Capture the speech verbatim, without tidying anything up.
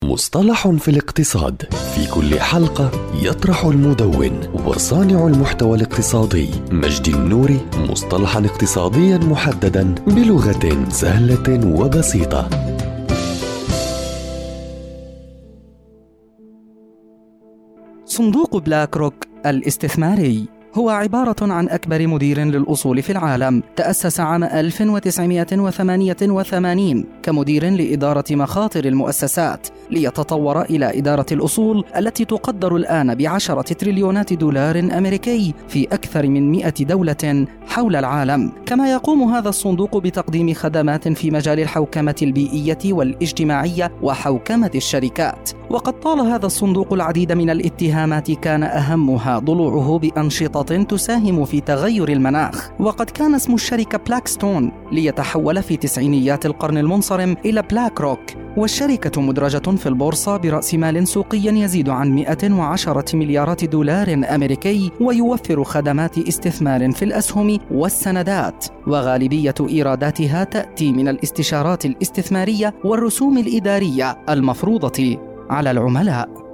مصطلح في الاقتصاد. في كل حلقة يطرح المدون وصانع المحتوى الاقتصادي مجدي النوري مصطلحا اقتصاديا محددا بلغة سهلة وبسيطة. صندوق بلاك روك الاستثماري هو عبارة عن أكبر مدير للأصول في العالم. تأسس عام ألف وتسعمائة وثمانية وثمانين كمدير لإدارة مخاطر المؤسسات، ليتطور إلى إدارة الأصول التي تقدر الآن بعشرة تريليونات دولار أمريكي في أكثر من مئة دولة حول العالم. كما يقوم هذا الصندوق بتقديم خدمات في مجال الحوكمة البيئية والاجتماعية وحوكمة الشركات. وقد طال هذا الصندوق العديد من الاتهامات، كان أهمها ضلوعه بأنشطة تساهم في تغير المناخ. وقد كان اسم الشركة بلاكستون ليتحول في تسعينيات القرن المنصرم إلى بلاك روك، والشركة مدرجة في البورصة برأس مال سوقي يزيد عن مئة وعشرة مليارات دولار أمريكي، ويوفر خدمات استثمار في الأسهم والسندات، وغالبية إيراداتها تأتي من الاستشارات الاستثمارية والرسوم الإدارية المفروضة على العملاء.